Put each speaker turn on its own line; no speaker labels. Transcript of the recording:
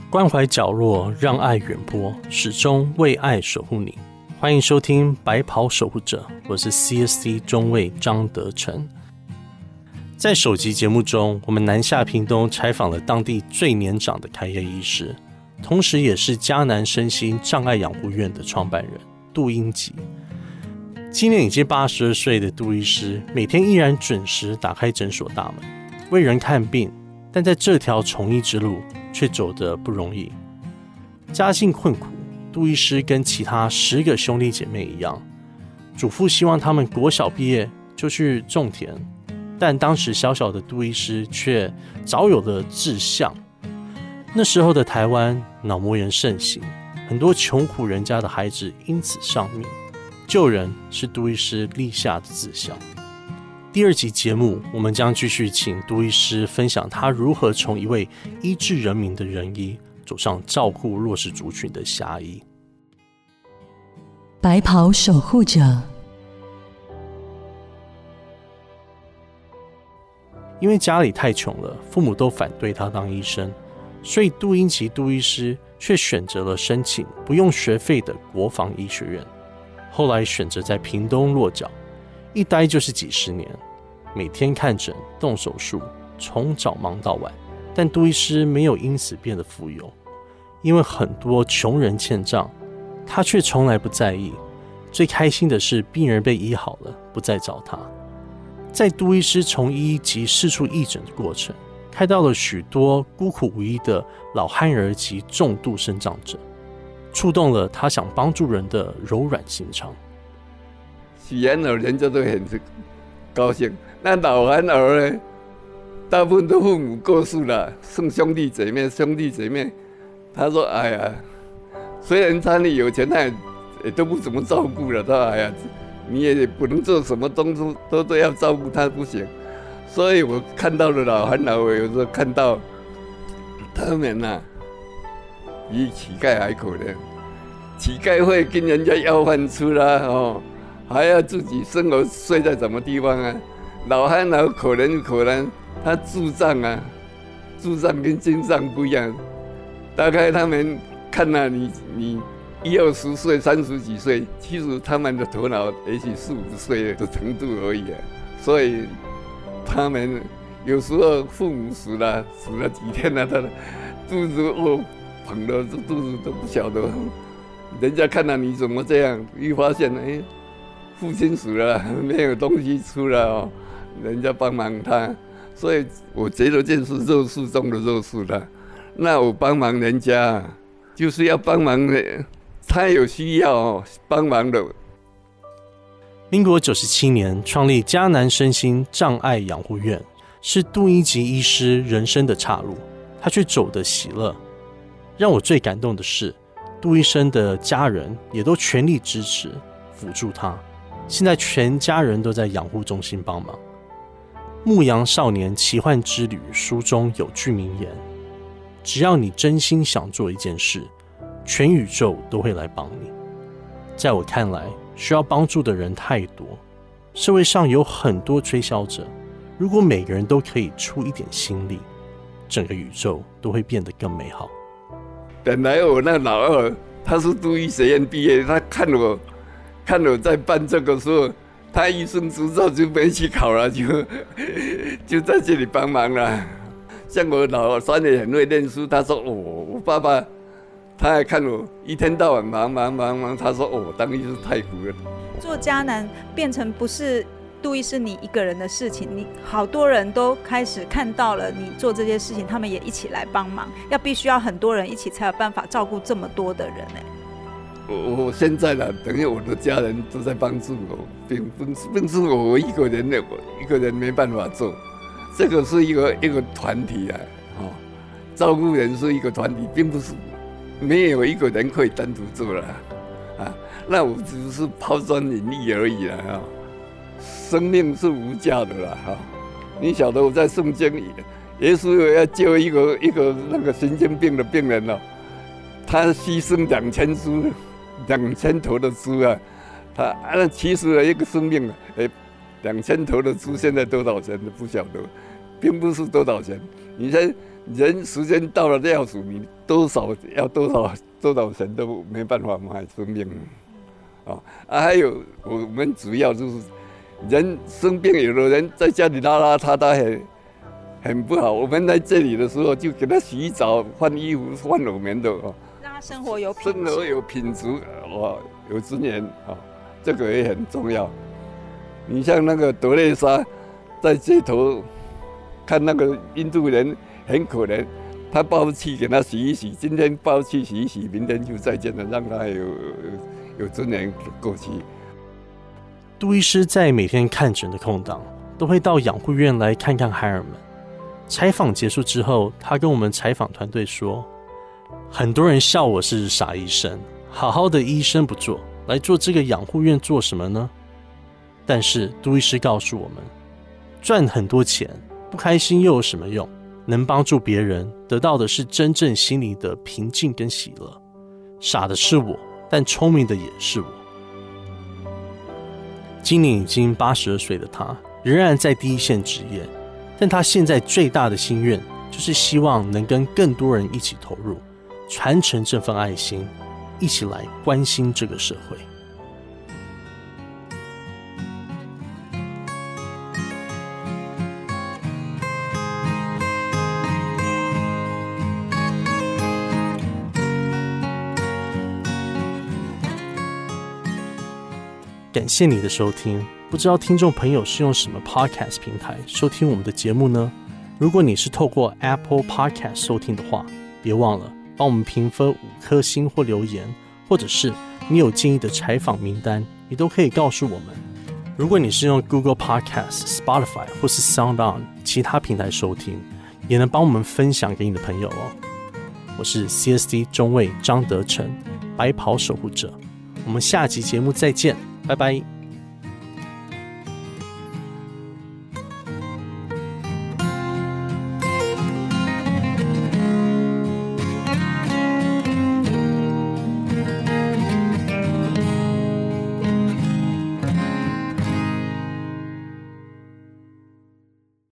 关怀角落，让爱远播，始终为爱守护你。欢迎收听白袍守护者，我是 CSC 中尉张德成。在首集节目中，我们南下屏东采访了当地最年长的开业医师，同时也是嘉南身心障碍养护院的创办人杜英吉。今年已经82岁的杜医师，每天依然准时打开诊所大门，为人看病，但在这条从医之路却走得不容易。家境困苦，杜医师跟其他10个兄弟姐妹一样，祖父希望他们国小毕业就去种田，但当时小小的杜医师却早有了志向。那时候的台湾脑膜炎盛行，很多穷苦人家的孩子因此丧命，救人是杜医师立下的志向。第2集节目，我们将继续请杜医师分享他如何从一位医治人民的仁医，走上照顾弱势族群的侠医。
白袍守护者。
因为家里太穷了，父母都反对他当医生，所以杜英吉杜医师却选择了申请不用学费的国防医学院。后来选择在屏东落脚，一待就是几10年，每天看诊动手术，从早忙到晚。但杜医师没有因此变得富有，因为很多穷人欠账，他却从来不在意。最开心的是病人被医好了，不再找他。在杜医师从医及四处义诊的过程，开到了许多孤苦无依的老憨儿及重度身障者，触动了他想帮助人的柔软心肠。
喜憨儿人家都很高兴，那老憨儿呢，大部分都父母过世了，剩兄弟姐妹。他说：“哎呀，虽然他有钱，他也都不怎么照顾了。他哎呀，你也不能做什么东西，都要照顾他，不行。所以我看到了老憨老，我有时候看到他们啊，比乞丐还可怜。乞丐会跟人家要饭吃啦，哦。”还要自己生活睡在什么地方啊？老憨老可能他智障啊，智障跟精障不一样。大概他们看到你20-20岁、30几岁，其实他们的头脑也许40-50岁的程度而已啊。所以他们有时候父母死了几天了，他的肚子捧了肚子都不晓得。人家看到你怎么这样，一发现父亲死了，没有东西吃了哦，人家帮忙他，所以我觉得这是弱势中的弱势了。那我帮忙人家，就是要帮忙的，他有需要帮忙的。
民国97年创立嘉南身心障碍养护院，是杜英吉医师人生的岔路，他却走得喜乐。让我最感动的是，杜医生的家人也都全力支持辅助他。现在全家人都在养护中心帮忙。牧羊少年奇幻之旅书中有句名言：只要你真心想做一件事，全宇宙都会来帮你。在我看来，需要帮助的人太多，社会上有很多吹箫者，如果每个人都可以出一点心力，整个宇宙都会变得更美好。
本来我那老二他是杜医学院毕业，他看我在办这个时候，他医生执照就没去考了，就在这里帮忙了。像我老三也很会念书，他说：“我爸爸，他还看我一天到晚忙，他说当医生太苦了。”
做嘉南变成不是杜医师你一个人的事情，你好多人都开始看到了你做这些事情，他们也一起来帮忙，必须要很多人一起才有办法照顾这么多的人。
我现在呢，等于我的家人都在帮助我，并是我一个人的，我一个人没办法做。这个是一个团体啊，照顾人是一个团体，并不是没有一个人可以单独做了啊。那我只是抛砖引玉而已啦，生命是无价的啦，你晓得我在圣经里，耶稣要救一个那个神经病的病人哦，他牺牲2000头的猪啊，其实一个生命，2000头的猪现在多少钱都不晓得， 并不是多少钱。你看人时间到了要死，你多少钱都没办法买生命。还有我们主要就是人生病，有的人在家里邋邋遢遢很不好。我们来这里的时候就给他洗澡、换衣服、换裸棉的
让他生活有
品质，有尊严这个也很重要。你像那个德蕾莎在街头看那个印度人很可怜，他抱去给他洗一洗，今天抱去洗一洗，明天就再见了，让他有尊严过去。
杜医师在每天看诊的空档，都会到养护院来看看孩儿们。采访结束之后，他跟我们采访团队说，很多人笑我是傻医生，好好的医生不做，来做这个养护院做什么呢？但是杜医师告诉我们，赚很多钱不开心又有什么用？能帮助别人，得到的是真正心里的平静跟喜乐。傻的是我，但聪明的也是我。今年已经82岁的他，仍然在第一线执业，但他现在最大的心愿就是希望能跟更多人一起投入，传承这份爱心，一起来关心这个社会。感谢你的收听，不知道听众朋友是用什么 podcast 平台收听我们的节目呢？如果你是透过 Apple Podcast 收听的话，别忘了帮我们评分5颗星或留言，或者是你有建议的采访名单，你都可以告诉我们。如果你是用 Google Podcast、Spotify 或是 SoundOn 其他平台收听，也能帮我们分享给你的朋友哦。我是 CSD 中尉张德成，白袍守护者，我们下集节目再见，拜拜。